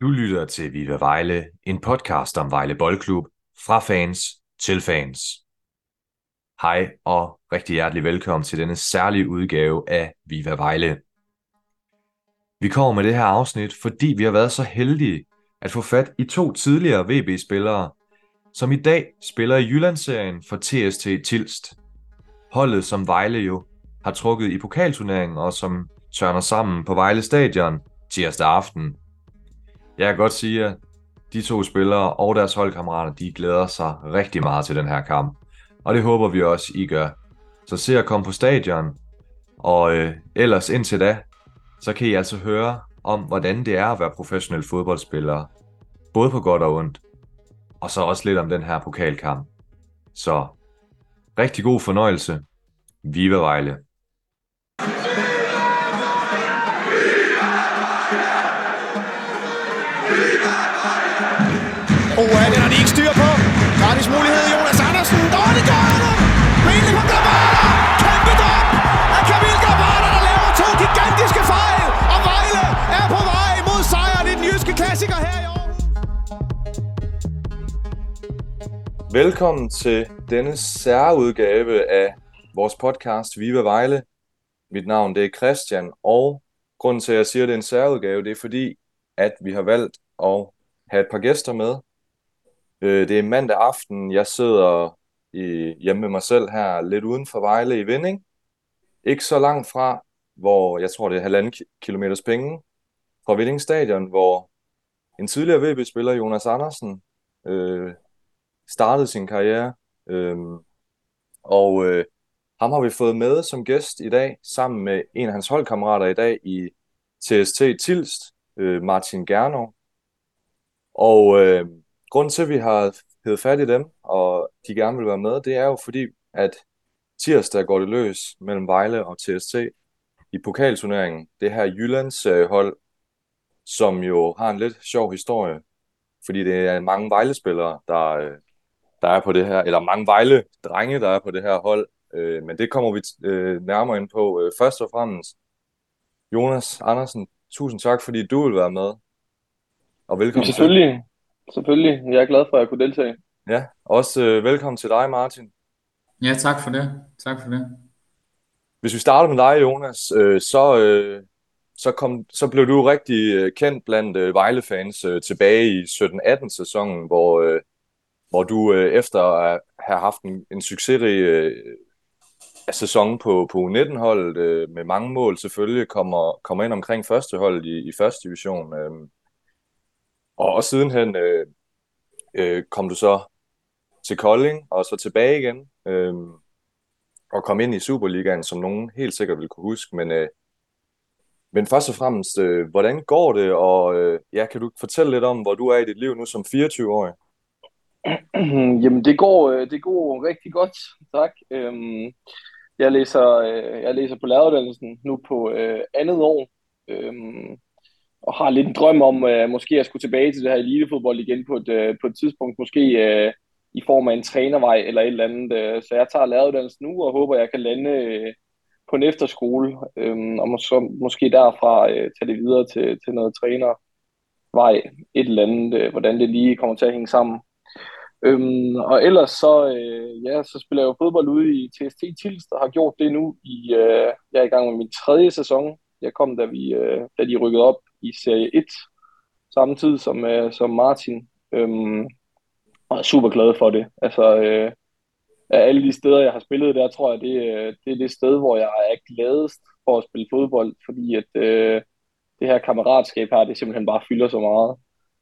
Du lytter til Viva Vejle, en podcast om Vejle Boldklub, fra fans til fans. Hej og rigtig hjertelig velkommen til denne særlige udgave af Viva Vejle. Vi kommer med det her afsnit, fordi vi har været så heldige at få fat i to tidligere VB-spillere, som i dag spiller i Jyllandsserien for TST Tilst. Holdet, som Vejle jo har trukket i pokalturneringen og som tørner sammen på Vejle Stadion tirsdag aften. Jeg kan godt sige, at de to spillere og deres holdkammerater, de glæder sig rigtig meget til den her kamp. Og det håber vi også, I gør. Så se at komme på stadion. Og ellers indtil da, så kan I altså høre om, hvordan det er at være professionel fodboldspiller. Både på godt og ondt. Og så også lidt om den her pokalkamp. Så rigtig god fornøjelse. Viva Vejle. Den har de ikke styr på. Gratis mulighed, Jonas Andersen. Det gør han! Benlig på Gravata. Kæmpe drop af Kamil Gravata, der laver to gigantiske fejl. Og Vejle er på vej mod sejren i den jyske klassiker her i Aarhus. Velkommen til denne særudgave af vores podcast Viva Vejle. Mit navn det er Christian, og grunden til at jeg siger, at det er en særudgave, det er fordi, at vi har valgt at have et par gæster med. Det er mandag aften. Jeg sidder hjemme med mig selv her, lidt uden for Vejle i Vinding. Ikke så langt fra, hvor jeg tror, det er 1,5 kilometers penge fra Vinding Stadion, hvor en tidligere VB-spiller, Jonas Andersen, startede sin karriere. Ham har vi fået med som gæst i dag, sammen med en af hans holdkammerater i dag i TST Tilst, Martin Gernov. Og grunden til, at vi har hævet fat i dem, og de gerne vil være med, det er jo fordi, at tirsdag går det løs mellem Vejle og TST i pokalturneringen. Det her Jyllands hold, som jo har en lidt sjov historie, fordi det er mange Vejle-spillere, der er på det her, eller mange Vejle-drenge, der er på det her hold. Men det kommer vi nærmere ind på. Først og fremmest, Jonas Andersen, tusind tak, fordi du vil være med. Og velkommen Selvfølgelig. Selvfølgelig. Jeg er glad for, at jeg kunne deltage. Ja, også velkommen til dig, Martin. Ja, tak for det. Tak for det. Hvis vi starter med dig, Jonas, så blev du rigtig kendt blandt Vejle-fans tilbage i 17-18 sæsonen, hvor du efter at have haft en succesrig sæson på U19-holdet med mange mål selvfølgelig, kommer ind omkring førsteholdet i første division. Og sidenhen kom du så til Kolding, og så tilbage igen, og kom ind i Superligaen, som nogen helt sikkert vil kunne huske. Men først og fremmest, hvordan går det, og kan du fortælle lidt om, hvor du er i dit liv nu som 24-årig? Jamen, det går rigtig godt, tak. Jeg læser på læreruddannelsen nu på andet år, og har lidt en drøm om, måske jeg skulle tilbage til det her elitefodbold igen på et tidspunkt, måske i form af en trænervej eller et eller andet. Så jeg tager læreruddannelsen nu, og håber, jeg kan lande på en efterskole, og måske derfra tage det videre til noget trænervej, et eller andet, hvordan det lige kommer til at hænge sammen. Og ellers så spiller jeg jo fodbold ude i TST Tilst, og har gjort det nu jeg er i gang med min 3. sæson. Jeg kom, da de rykkede op i serie 1, samme tid som Martin, og er super glad for det. Altså, af alle de steder, jeg har spillet der, tror jeg, det er det sted, hvor jeg er gladest for at spille fodbold, fordi at det her kammeratskab her, det simpelthen bare fylder så meget.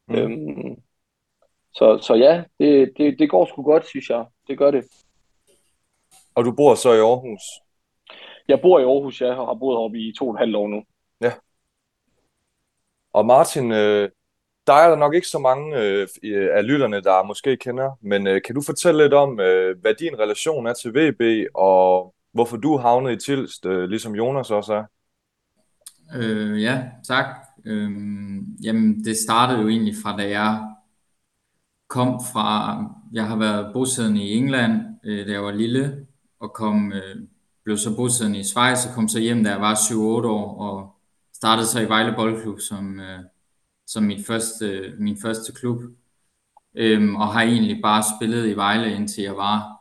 Så ja, det går sgu godt, synes jeg. Det gør det. Og du bor så i Aarhus? Jeg bor i Aarhus, ja, og har boet heroppe i 2,5 år nu. Ja. Og Martin, der er der nok ikke så mange af lytterne, der måske kender, men kan du fortælle lidt om, hvad din relation er til VB, og hvorfor du havnede i Tilst, ligesom Jonas også er? Ja, tak. Jamen, det startede jo egentlig fra, da jeg kom fra... Jeg har været bosiddende i England, da jeg var lille, og blev så bosiddende i Schweiz, og kom så hjem, da jeg var 7-8 år, og startede så i Vejle Boldklub som min første klub. Og har egentlig bare spillet i Vejle, indtil jeg var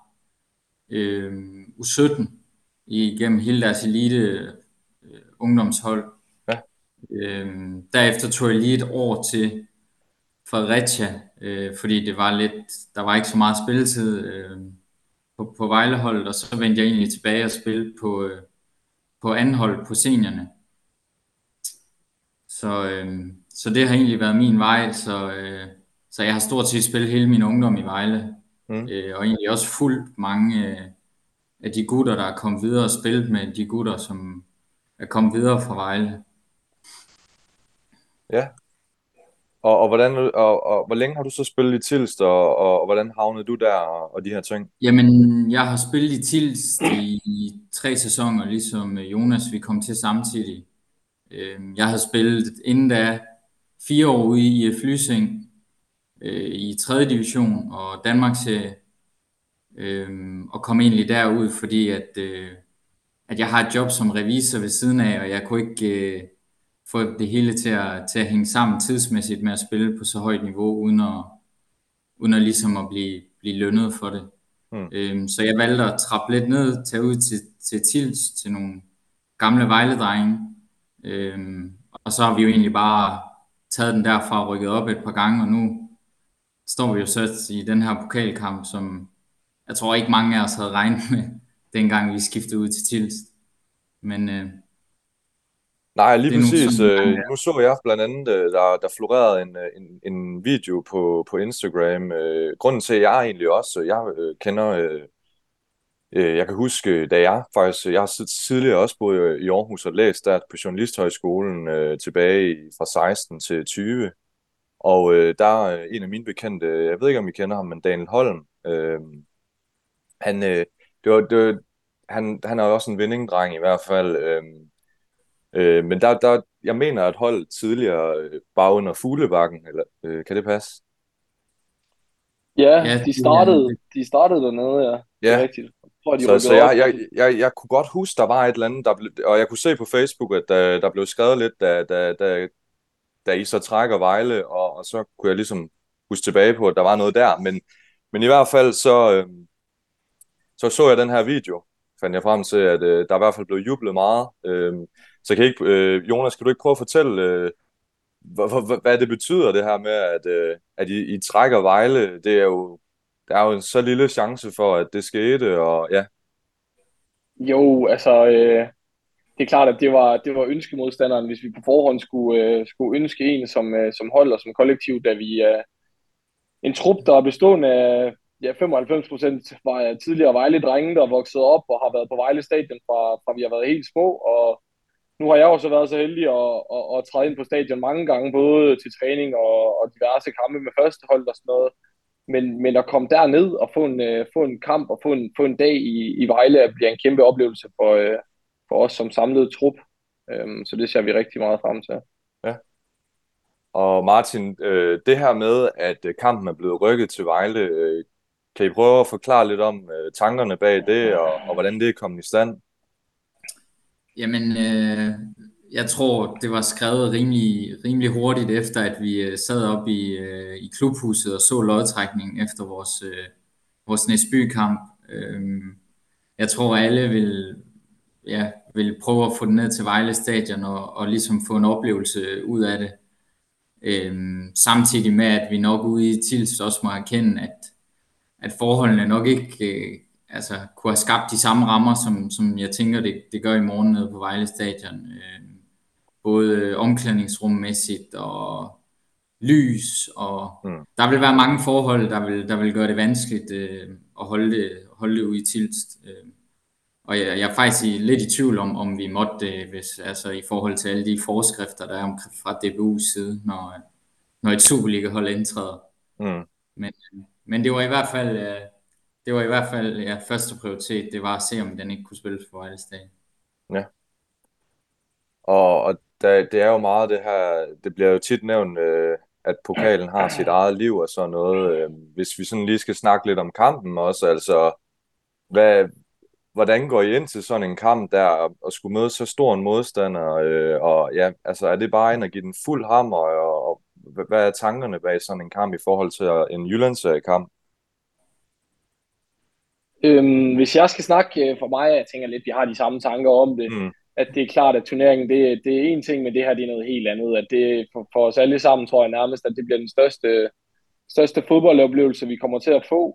U17 igennem hele deres elite ungdomshold. Ja. Derefter tog jeg lige et år til Fredericia, fordi der var ikke så meget spilletid på Vejleholdet, og så vendte jeg egentlig tilbage og spille på anden hold på seniorerne. Så det har egentlig været min vej, så jeg har stort set spillet hele min ungdom i Vejle, og egentlig også fulgt mange af de gutter, der er kommet videre og spillet med de gutter, som er kommet videre fra Vejle. Ja. Og hvor længe har du så spillet i Tilst, og hvordan havnede du der, og de her ting? Jamen, jeg har spillet i Tilst i 3 sæsoner, ligesom Jonas, vi kom til samtidig. Jeg havde spillet inden da 4 år ude i Flysing i 3. division og Danmarksserie, og kom egentlig derud, fordi at jeg har et job som revisor ved siden af, og jeg kunne ikke få det hele til at hænge sammen tidsmæssigt med at spille på så højt niveau, uden at ligesom at blive lønnet for det. Så jeg valgte at trappe lidt ned, tage ud til Tilst, til nogle gamle Vejledrenge, og så har vi jo egentlig bare taget den derfra og rykket op et par gange, og nu står vi jo så i den her pokalkamp, som jeg tror ikke mange af os havde regnet med, dengang vi skiftede ud til Tilst. Men nej, lige præcis. Nu så jeg blandt andet, der florerede en video på Instagram. Grunden til, at jeg egentlig også, jeg kender, jeg kan huske, da jeg har tidligere også boet i Aarhus og læst der på Journalisthøjskolen tilbage fra 16 til 20. Og der er en af mine bekendte, jeg ved ikke om I kender ham, men Daniel Holm, han er jo også en vindingdreng i hvert fald. Men jeg mener, at holdet tidligere bare under Fuglebakken, eller kan det passe? Ja, de startede dernede, ja. Det er rigtigt. Så jeg kunne godt huske, der var et eller andet, og jeg kunne se på Facebook, at der blev skrevet lidt, da I så trækker Vejle, og så kunne jeg ligesom huske tilbage på, at der var noget der. Men i hvert fald så jeg den her video, fandt jeg frem til, at der i hvert fald blev jublet meget. Så Jonas, kan du ikke prøve at fortælle, hvad det betyder, det her med, at I trækker Vejle? Der er jo en så lille chance for, at det skete, og ja. Jo, altså, det er klart, at det var ønskemodstanderen, hvis vi på forhånd skulle ønske en som hold og som kollektiv, da vi er en trup, der er bestående af 95% var tidligere Vejle-drenge, der er vokset op og har været på Vejle Stadion fra vi har været helt små, og nu har jeg også været så heldig at træde ind på stadion mange gange, både til træning og diverse kampe med førstehold og sådan noget. Men at komme derned og få en kamp og få en dag i Vejle bliver en kæmpe oplevelse for os som samlet trup. Så det ser vi rigtig meget frem til. Ja. Og Martin, det her med, at kampen er blevet rykket til Vejle, kan I prøve at forklare lidt om tankerne bag det, og hvordan det er kommet i stand? Jamen, jeg tror, det var skrevet rimelig hurtigt efter, at vi sad op i klubhuset og så lodtrækningen efter vores Næsby-kamp. Jeg tror, alle vil prøve at få det ned til Vejle Stadion og ligesom få en oplevelse ud af det. Samtidig med, at vi nok ude i Tilst også må erkende, at forholdene nok ikke kunne have skabt de samme rammer, som jeg tænker, det gør i morgen nede på Vejle Stadion. Både omklædningsrummæssigt og lys, og der vil være mange forhold, der vil gøre det vanskeligt at holde det ude i Tilst. Og jeg er faktisk lidt i tvivl om vi måtte det, i forhold til alle de forskrifter, der er fra DBU's side, når et Superliga-hold indtræder. Men det var i hvert fald første prioritet, det var at se, om den ikke kunne spilles på Vejle Stadion. Ja. Og det er jo meget det her, det bliver jo tit nævnt, at pokalen har sit eget liv og sådan noget. Hvis vi sådan lige skal snakke lidt om kampen også, altså, hvordan går I ind til sådan en kamp der, og skulle møde så stor en modstander, og ja, altså er det bare ind at give den fuld hammer, og hvad er tankerne bag sådan en kamp i forhold til en Jyllandskamp? Hvis jeg skal snakke for mig, jeg tænker lidt, vi har de samme tanker om det. Mm. At det er klart, at turneringen, det er en ting, men det her, det er noget helt andet. At det for os alle sammen, tror jeg nærmest, at det bliver den største fodboldoplevelse, vi kommer til at få.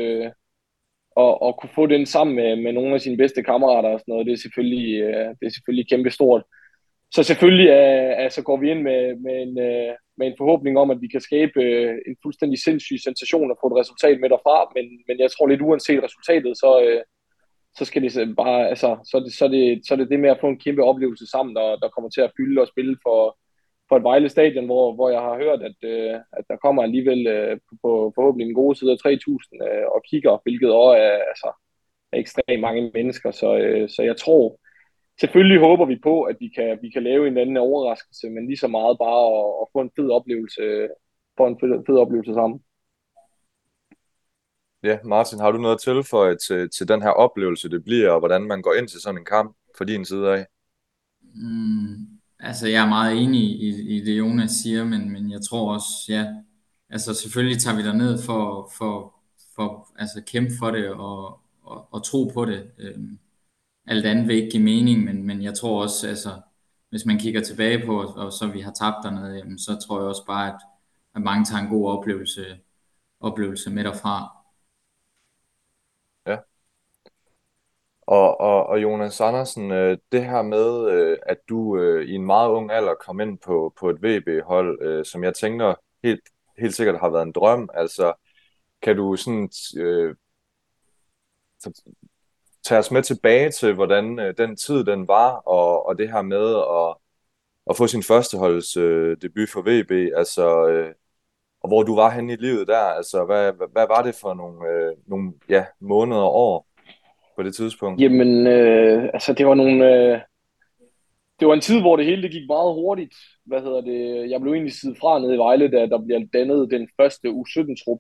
Og kunne få den sammen med nogle af sine bedste kammerater og sådan noget, det er selvfølgelig kæmpe stort. Så selvfølgelig så går vi ind med en forhåbning om, at vi kan skabe en fuldstændig sindssyg sensation og få et resultat med derfra, men jeg tror lidt uanset resultatet, så skal det bare, altså, så er det med at få en kæmpe oplevelse sammen, der kommer til at fylde og spille for et Vejle Stadion, hvor jeg har hørt, at der kommer alligevel på forhåbentlig en gode side af 3.000 og kigger, hvilket også er ekstremt mange mennesker, så jeg tror, selvfølgelig håber vi på, at vi kan lave en anden overraskelse, men lige så meget bare at få en fed oplevelse sammen. Ja, Martin, har du noget at tilføje til den her oplevelse, det bliver, og hvordan man går ind til sådan en kamp fra din side af? Altså, jeg er meget enig i det, Jonas siger, men jeg tror også, ja, altså selvfølgelig tager vi derned for altså kæmpe for det og tro på det. Alt andet vil ikke give mening, men jeg tror også, altså, hvis man kigger tilbage på, og så vi har tabt dernede, jamen, så tror jeg også bare, at mange tager en god oplevelse med derfra. Ja. Og Jonas Andersen, det her med, at du i en meget ung alder kom ind på et VB-hold, som jeg tænker helt sikkert har været en drøm. Altså, kan du sådan tage os med tilbage til, hvordan den tid den var, og det her med at få sin førsteholds debut for VB, altså, og hvor du var henne i livet der, altså, hvad var det for nogle måneder og år på det tidspunkt? Jamen, altså det var en tid, hvor det hele det gik meget hurtigt. Jeg blev egentlig siddet fra nede i Vejle, da der bliver dannet den første U17-trup.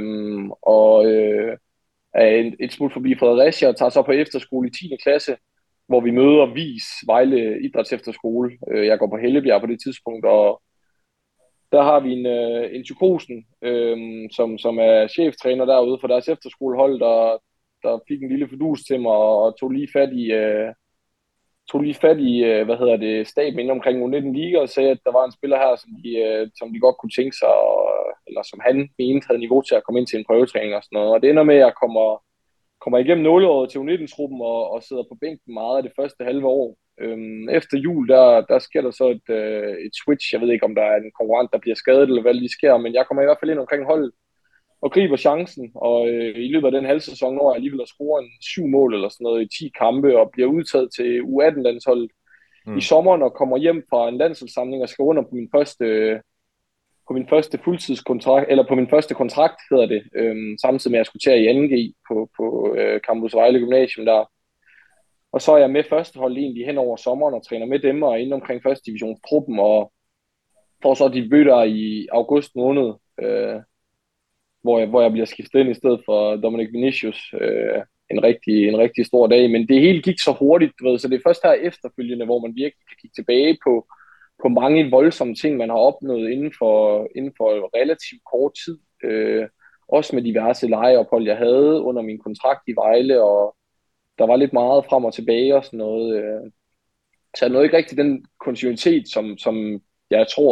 Er et smut forbi Fredericia og tager så på efterskole i 10. klasse, hvor vi møder Vis Vejle Idræts Efterskole. Jeg går på Hellebjerg på det tidspunkt, og der har vi en Tykosen, som er cheftræner derude for deres efterskolehold, der fik en lille fidus til mig og tog lige fat i staben inde omkring U19 Liga og sagde, at der var en spiller her, som de godt kunne tænke sig, eller som han mente havde niveau til at komme ind til en prøvetræning og sådan noget. Og det ender med, at jeg kommer igennem nåleåret til U19-truppen og sidder på bænken meget af det første halve år. Efter jul, der sker der så et switch. Jeg ved ikke, om der er en konkurrent, der bliver skadet, eller hvad det lige sker, men jeg kommer i hvert fald ind omkring holdet og griber chancen, og i løbet af den halve sæson når jeg alligevel at score 7 mål eller sådan noget i 10 kampe, og bliver udtaget til U18-landsholdet i sommeren, og kommer hjem fra en landsholdssamling og skal under på min første fuldtidskontrakt, eller på min første kontrakt, hedder det, samtidig med at jeg skulle tage i 2G på Campus Vejle Gymnasium der. Og så er jeg med førstehold egentlig hen over sommeren og træner med dem, og er inde omkring første divisionstruppen, og får så de bøtter i august måned, hvor jeg bliver skiftet ind i stedet for Dominic Vinicius. En rigtig stor dag, men det hele gik så hurtigt, så det er først her efterfølgende, hvor man virkelig kan kigge tilbage på mange voldsomme ting, man har opnået inden for relativt kort tid. Også med diverse lejeophold, jeg havde under min kontrakt i Vejle, og der var lidt meget frem og tilbage og sådan noget. Så jeg nåede ikke rigtig den kontinuitet, som jeg tror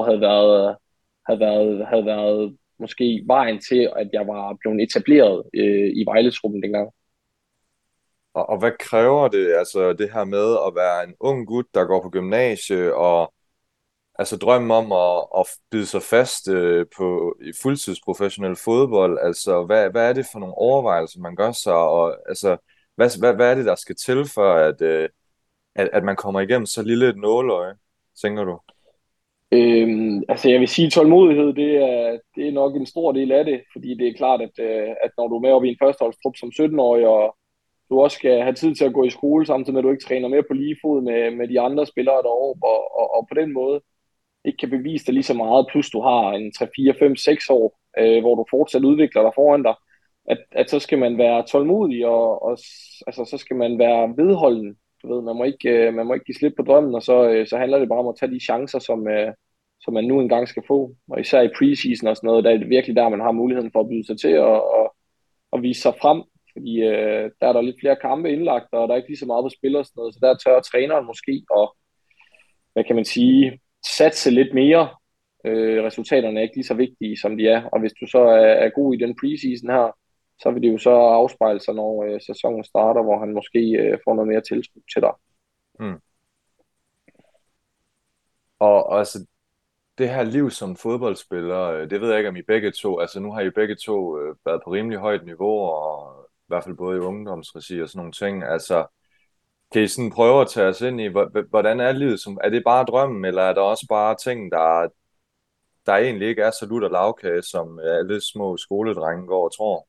havde været måske vejen til, at jeg var blevet etableret i Vejle-truppen dengang. Og hvad kræver det, altså det her med at være en ung gut, der går på gymnasie, og altså drømmen om at bide sig fast i fuldtidsprofessionel fodbold, altså hvad er det for nogle overvejelser, man gør sig, og altså hvad er det, der skal til for, at man kommer igennem så lille et nåleøje, tænker du? Altså jeg vil sige, tålmodighed, det er nok en stor del af det, fordi det er klart, at når du er med op i en førsteholdstrup som 17-årig, og du også skal have tid til at gå i skole, samtidig med at du ikke træner mere på lige fod med de andre spillere deroppe, og på den måde ikke kan bevise dig lige så meget, plus du har en 3, 4, 5, 6 år, hvor du fortsat udvikler dig foran dig, at så skal man være tålmodig, og altså, så skal man være vedholden. Du ved, man må ikke give slip på drømmen, og så handler det bare om at tage de chancer, som man nu engang skal få. Og især i preseason og sådan noget, der er det virkelig der, man har muligheden for at byde sig til og vise sig frem. Fordi der er der lidt flere kampe indlagt, og der er ikke lige så meget på spil og sådan noget, så der tør træneren måske og hvad kan man sige, satse lidt mere. Resultaterne er ikke lige så vigtige, som de er. Og hvis du så er god i den preseason her, så vil det jo så afspejle sig, når sæsonen starter, hvor han måske får noget mere tilskud til dig. Mm. Og altså, det her liv som fodboldspiller, det ved jeg ikke, om I begge to, altså nu har I begge to været på rimelig højt niveau, og i hvert fald både i ungdomsregi og sådan nogle ting. Altså, kan I sådan prøve at tage os ind i, hvordan er livet? Er det bare drømmen, eller er der også bare ting, der egentlig ikke er så lutter lavkage, som alle små skoledrenge går og tror?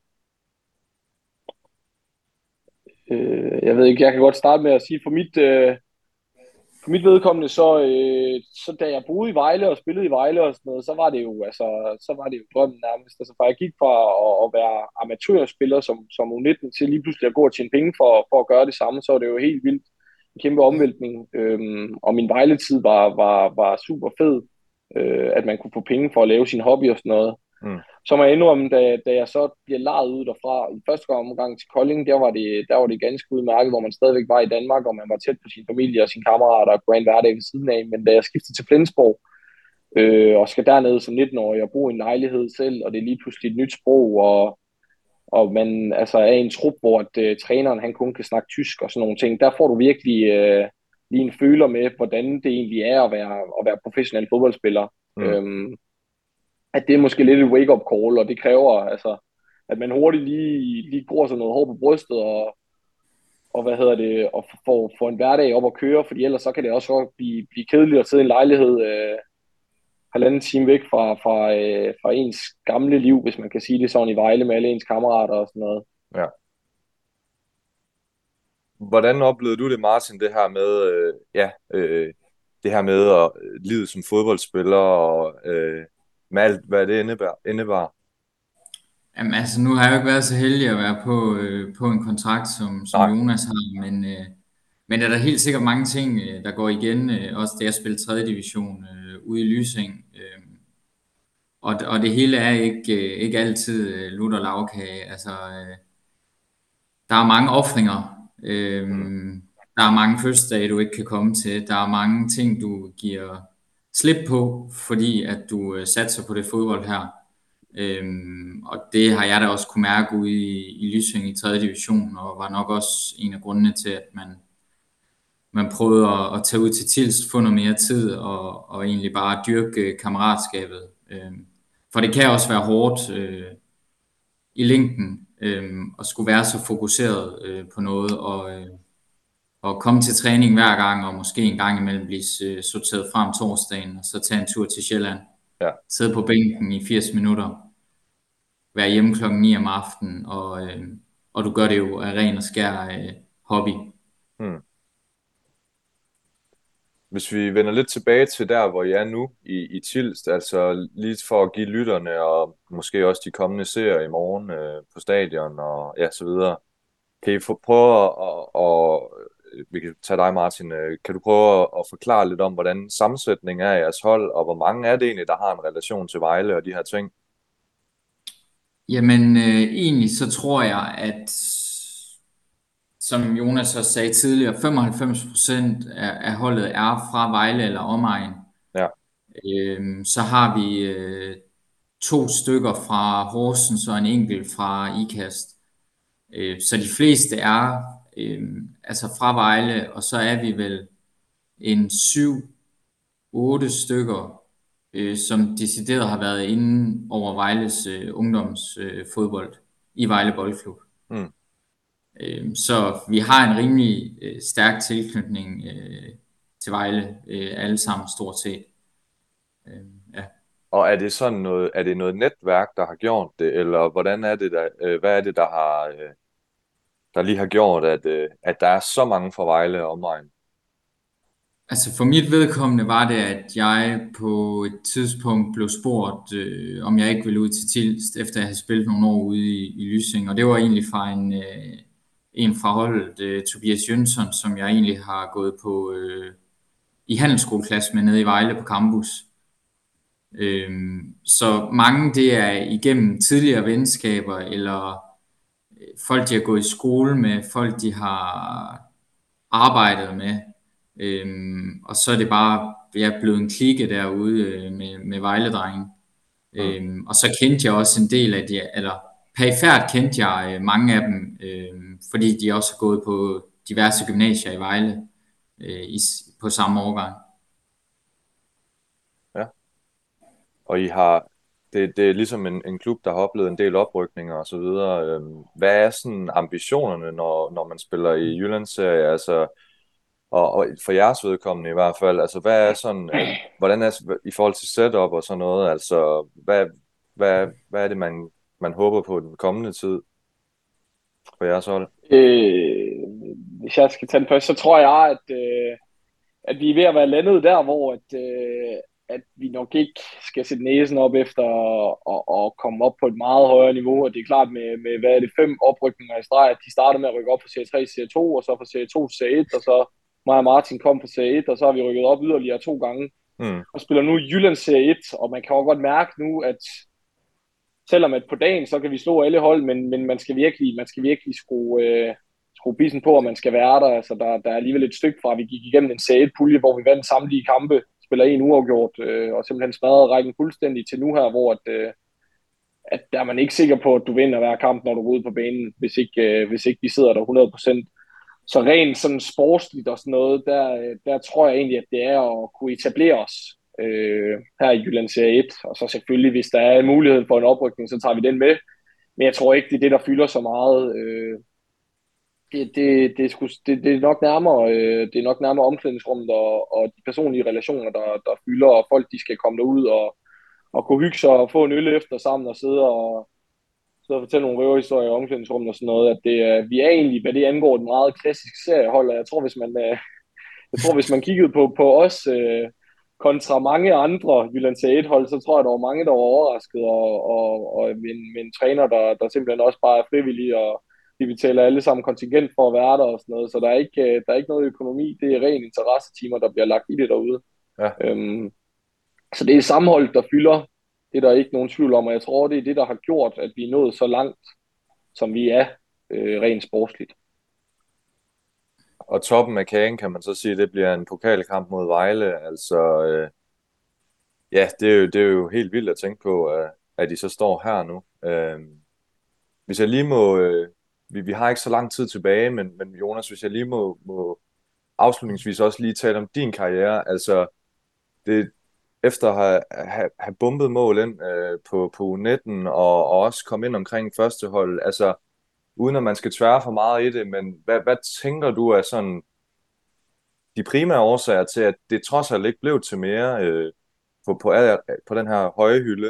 Jeg ved ikke, jeg kan godt starte med at sige, for mit vedkommende, så da jeg boede i Vejle og spillede i Vejle og sådan noget, så var det jo drømmen nærmest. Altså, for jeg gik fra at være amatørspiller som U19 til lige pludselig at gå og tjene penge for at gøre det samme, så var det jo helt vildt. En kæmpe omvæltning. Og min Vejle-tid var super fed, at man kunne få penge for at lave sin hobby og sådan noget. Mm. Så må jeg indrømme, da jeg så bliver lejet ud derfra i første omgang til Kolding, der var det ganske udmærket, hvor man stadigvæk var i Danmark, og man var tæt på sin familie og sine kammerater og kunne en hverdag ved siden af. Men da jeg skiftede til Flensborg, og skal dernede som 19-årig og bo i en lejlighed selv, og det er lige pludselig et nyt sprog, og man altså er i en trup, hvor træneren han kun kan snakke tysk og sådan nogle ting, der får du virkelig lige en føler med, hvordan det egentlig er at være professionel fodboldspiller. Mm. At det er måske lidt et wake-up call, og det kræver, altså, at man hurtigt lige gror sig noget hår på brystet, og og få en hverdag op at køre, fordi ellers så kan det også blive kedeligt at sidde i en lejlighed halvanden time væk fra ens gamle liv, hvis man kan sige det sådan, i Vejle med alle ens kammerater og sådan noget. Ja. Hvordan oplevede du det, Martin, det her med, det her med livet som fodboldspiller, og med alt, hvad det indebar? Jamen altså, nu har jeg jo ikke været så heldig at være på en kontrakt, som Jonas har, men er der helt sikkert mange ting, der går igen, også da jeg spillede 3. division ude i Lysing, og det hele er ikke altid lutter lavkage. Altså, der er mange ofringer, der er mange fødselsdage, du ikke kan komme til, der er mange ting, du giver slip på, fordi at du satser på det fodbold her. Og det har jeg da også kunne mærke ude i Lysing i 3. division, og var nok også en af grundene til, at man prøvede at tage ud til Tilst, få noget mere tid, og egentlig bare dyrke kammeratskabet. For det kan også være hårdt i længden, at skulle være så fokuseret på noget, og komme til træning hver gang, og måske en gang imellem blive sorteret frem torsdagen, og så tage en tur til Sjælland. Ja. Sidde på bænken i 80 minutter, være hjemme klokken 9 om aftenen, og du gør det jo af ren og skær hobby. Hvis vi vender lidt tilbage til der, hvor I er nu i Tilst, altså lige for at give lytterne, og måske også de kommende seere i morgen på stadion, og ja, så videre. Kan I prøve vi kan tage dig, Martin, kan du prøve at forklare lidt om, hvordan sammensætningen er i jeres hold, og hvor mange er det egentlig, der har en relation til Vejle og de her ting? Jamen, egentlig så tror jeg, at som Jonas også sagde tidligere, 95% af holdet er fra Vejle eller omegn. Ja. Så har vi 2 stykker fra Horsens og en enkelt fra Ikast. Så de fleste er altså fra Vejle, og så er vi vel en 7-8 stykker, som decideret har været inde over Vejles ungdomsfodbold i Vejle Boldklub. Så vi har en rimelig stærk tilknytning til Vejle, alle sammen stort set. Ja. Og er det sådan noget, er det noget netværk, der har gjort det, eller hvordan er det hvad er det, der lige har gjort, at der er så mange fra Vejle og omegn? Altså for mit vedkommende var det, at jeg på et tidspunkt blev spurgt, om jeg ikke ville ud til Tilst, efter jeg havde spillet nogle år ude i Lysing, og det var egentlig fra en fra holdet, Tobias Jønsson, som jeg egentlig har gået på i handelsskoleklasse med nede i Vejle på campus. Så mange det er igennem tidligere venskaber, eller folk de har gået i skole med, folk de har arbejdet med, og så er det bare blevet en klikke derude med Vejledrengen. Og så kendte jeg også en del af de, eller perifært kendte jeg mange af dem, fordi de også har gået på diverse gymnasier i Vejle på samme årgang. Ja. Og I har, det er ligesom en klub, der har oplevet en del oprykninger og så videre. Hvad er sådan ambitionerne, når man spiller i Jyllandsserie? Altså, og for jeres vedkommende i hvert fald, altså hvad er sådan, hvordan er i forhold til setup og sådan noget, altså hvad er det, man håber på den kommende tid for jeres hold? Hvis jeg skal tage den først, så tror jeg, at vi er ved at være landet der, hvor at vi nok ikke skal sætte næsen op efter at komme op på et meget højere niveau. Og det er klart med hvad er det, 5 oprykninger i streg, at de startede med at rykke op fra serie 3 til serie 2, og så fra serie 2 til serie 1, og så mig og Martin kom fra serie 1, og så har vi rykket op yderligere 2 gange. Og spiller nu Jyllands serie 1, og man kan jo godt mærke nu, at selvom at på dagen, så kan vi slå alle hold, men man skal virkelig skrue bissen på, og man skal være der. Altså, der er alligevel et stykke fra, at vi gik igennem en serie 1-pulje, hvor vi vandt samtlige kampe, spiller en uafgjort, og simpelthen smadrede rækken fuldstændig til nu her, hvor at der er man ikke sikker på, at du vinder hver kamp, når du går ud på banen, hvis ikke vi sidder der 100%. Så rent sådan sportsligt og sådan noget, der tror jeg egentlig, at det er at kunne etablere os her i Jylland Serie 1. Og så selvfølgelig, hvis der er mulighed for en oprykning, så tager vi den med. Men jeg tror ikke, det er det, der fylder så meget. Det er nok nærmere omklædningsrummet og de personlige relationer, der fylder, og folk de skal komme derud og kunne hygge sig og få en øl efter sammen og sidde og fortælle nogle røverhistorier i omklædningsrummet og sådan noget. At vi er egentlig, hvad det angår, et meget klassisk seriehold, og jeg tror, hvis man kiggede på os kontra mange andre Jylland Serie 1-hold, så tror jeg, der var mange, der var overrasket, og med en træner, der simpelthen også bare er frivillig, og de betaler alle sammen kontingent for at være der og sådan noget, så der er ikke noget økonomi, det er ren interessetimer, der bliver lagt i det derude. Ja. Så det er sammenholdet, der fylder. Det er der ikke nogen tvivl om, og jeg tror, det er det, der har gjort, at vi er nået så langt, som vi er rent sportsligt. Og toppen af kagen, kan man så sige, det bliver en pokalkamp mod Vejle. Altså, ja, det er jo helt vildt at tænke på, at de så står her nu. Hvis jeg lige må, vi har ikke så lang tid tilbage, men Jonas, hvis jeg lige må afslutningsvis også lige tale om din karriere. Altså, det efter at have bumpet mål ind på U19 og også komme ind omkring førstehold, altså uden at man skal tvære for meget i det, men hvad tænker du er sådan de primære årsager til, at det trods alt ikke blev til mere på den her høje hylde?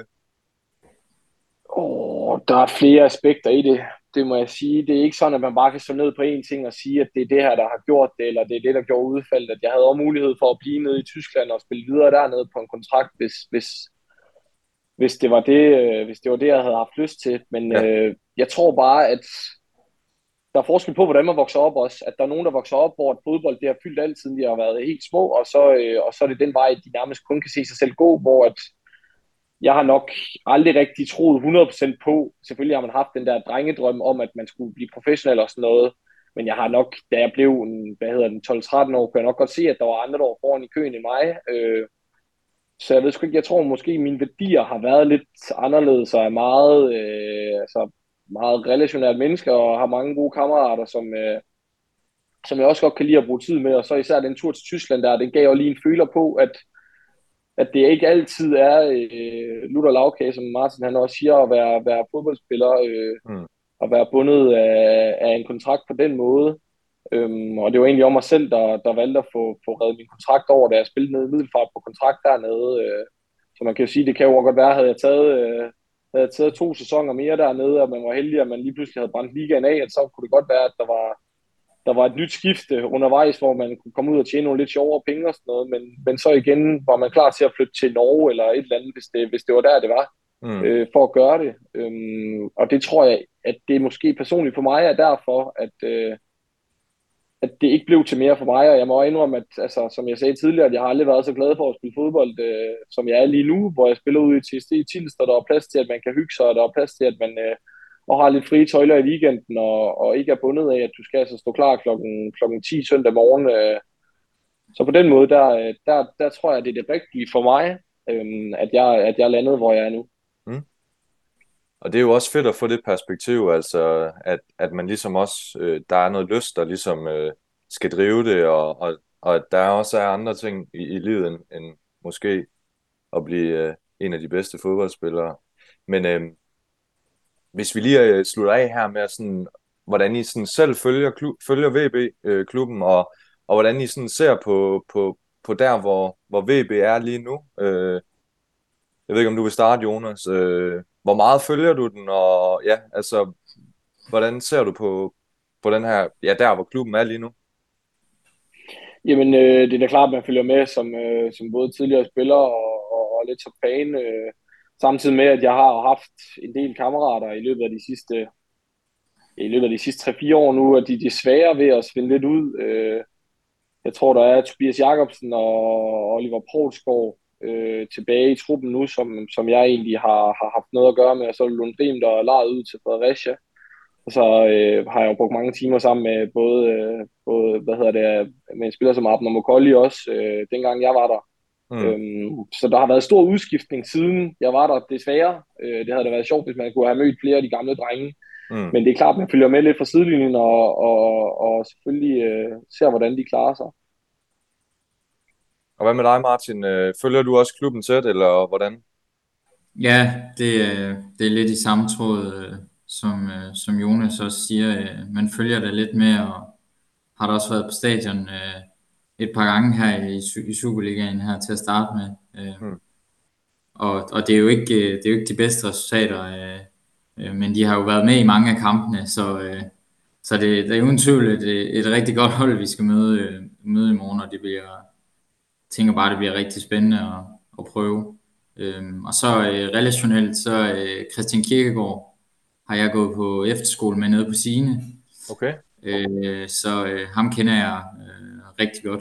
Der er flere aspekter i det. Det må jeg sige. Det er ikke sådan, at man bare kan slå ned på én ting og sige, at det er det her, der har gjort det, eller det er det, der gjorde udfaldet. At jeg havde også mulighed for at blive nede i Tyskland og spille videre dernede på en kontrakt, hvis det var det, jeg havde haft lyst til. Men jeg tror bare, at der er forskel på, hvordan man vokser op også. At der er nogen, der vokser op, hvor fodbold det har fyldt altid, de har været helt små, og så er det den vej, de nærmest kun kan se sig selv gå, hvor at jeg har nok aldrig rigtig troet 100% på. Selvfølgelig har man haft den der drengedrøm om, at man skulle blive professionel og sådan noget. Men jeg har nok, da jeg blev 12-13 år, kunne jeg nok godt se, at der var andre, der var foran i køen end mig. Så jeg ved sgu ikke, jeg tror måske, mine værdier har været lidt anderledes, og er meget relationært menneske, og har mange gode kammerater, som jeg også godt kan lide at bruge tid med. Og så især den tur til Tyskland der, den gav jo lige en føler på, at det ikke altid er lutter lavkage, som Martin han også siger, at være fodboldspiller og være bundet af en kontrakt på den måde. Og det var egentlig om mig selv, der valgte at få reddet min kontrakt over, da jeg spillede nede i Middelfart på kontrakt dernede. Så man kan jo sige, det kan jo godt være, havde jeg taget 2 sæsoner mere dernede, og man var heldig, at man lige pludselig havde brændt ligaen af, at så kunne det godt være, at der var et nyt skifte undervejs, hvor man kunne komme ud og tjene nogle lidt sjovere penge og sådan noget, men så igen var man klar til at flytte til Norge eller et eller andet, hvis det var der, det var, for at gøre det. Og det tror jeg, at det måske personligt for mig er derfor, at det ikke blev til mere for mig, og jeg må indrømme, at altså, som jeg sagde tidligere, at jeg har aldrig været så glad for at spille fodbold, som jeg er lige nu, hvor jeg spiller ude i TSD i Tilst, og der er plads til, at man kan hygge sig, og der er plads til, at man og har lidt frie tøjler i weekenden, og ikke er bundet af, at du skal altså stå klar klokken 10 søndag morgen. Så på den måde, der tror jeg, det er det rigtige for mig, at jeg er landet, hvor jeg er nu. Mm. Og det er jo også fedt at få det perspektiv, altså at man ligesom også, der er noget lyst, der ligesom skal drive det, og at der også er andre ting i livet, end måske at blive en af de bedste fodboldspillere. Men hvis vi lige slutter af her med sådan, hvordan I sådan selv følger VB-klubben, og hvordan I sådan ser på der, hvor VB er lige nu. Jeg ved ikke, om du vil starte, Jonas. Hvor meget følger du den, og ja, altså, hvordan ser du på den her, ja, der hvor klubben er lige nu? Jamen, det er da klart, at man følger med som både tidligere spiller og lidt som fan. Samtidig med, at jeg har haft en del kammerater i løbet af de sidste 3-4 år nu, og de er svære ved at svinde lidt ud. Jeg tror, der er Tobias Jacobsen og Oliver Poulsgaard tilbage i truppen nu, som jeg egentlig har haft noget at gøre med, og så er det Lundgren, der er lejet ud til Fredericia. Og så har jeg jo brugt mange timer sammen med både med en spiller som Abner Mokolli også, dengang jeg var der. Så der har været stor udskiftning siden jeg var der, desværre. Det havde da været sjovt, hvis man kunne have mødt flere af de gamle drenge. Men det er klart, at man følger med lidt fra sidelinjen og selvfølgelig ser, hvordan de klarer sig. Og hvad med dig, Martin? Følger du også klubben tæt, eller hvordan? Ja, det er lidt i samme tråd, som Jonas også siger. Man følger det lidt med, og har da også været på stadion et par gange her i Superligaen her til at starte med. Og det er jo ikke de bedste resultater, men de har jo været med i mange af kampene, så det er uden tvivl et rigtig godt hold, vi skal møde i morgen, og det bliver rigtig spændende at prøve. Og så relationelt, så Christian Kirkegaard har jeg gået på efterskole med nede på Signe. Okay. Så ham kender jeg rigtig godt.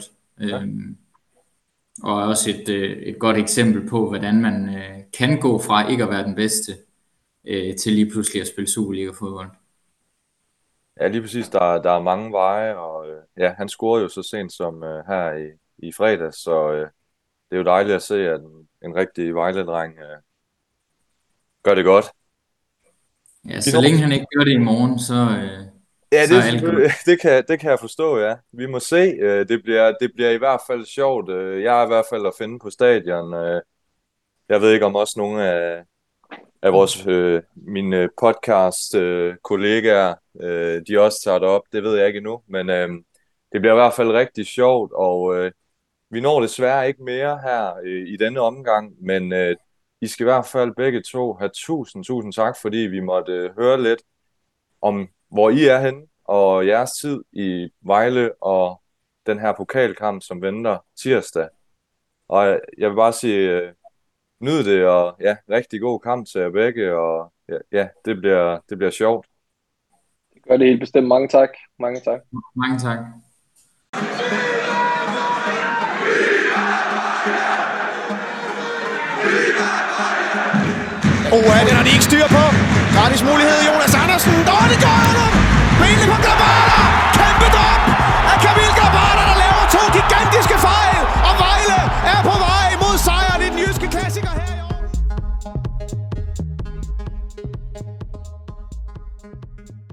Og også et godt eksempel på, hvordan man kan gå fra ikke at være den bedste til lige pludselig at spille Superliga-fodbold. Ja, lige præcis. Der er mange veje, og ja, han scorede jo så sent som her i fredags, så det er jo dejligt at se, at en rigtig Vejle-dreng gør det godt. Ja, så længe han ikke gør det i morgen, så ja, det kan jeg forstå, ja. Vi må se. Det bliver i hvert fald sjovt. Jeg er i hvert fald at finde på stadion. Jeg ved ikke, om også nogle af mine podcast-kollegaer, de også tager det op. Det ved jeg ikke endnu, men det bliver i hvert fald rigtig sjovt, og vi når desværre ikke mere her i denne omgang, men I skal i hvert fald begge to have tusind tak, fordi vi måtte høre lidt om, hvor I er henne, og jeres tid i Vejle, og den her pokalkamp, som venter tirsdag. Og jeg vil bare sige, nyd det, og ja, rigtig god kamp til jer begge, og ja, det bliver sjovt. Det gør det helt bestemt. Mange tak. Mange tak. Mange tak. Den har de ikke styr på. Gratis mulighed, Jonas Andersen. Det gør han! Benene på Grabara. Kæmpet op af Kamil Grabara, der laver 2 gigantiske fejl. Og Vejle er på vej mod sejren i den jyske klassiker her i år.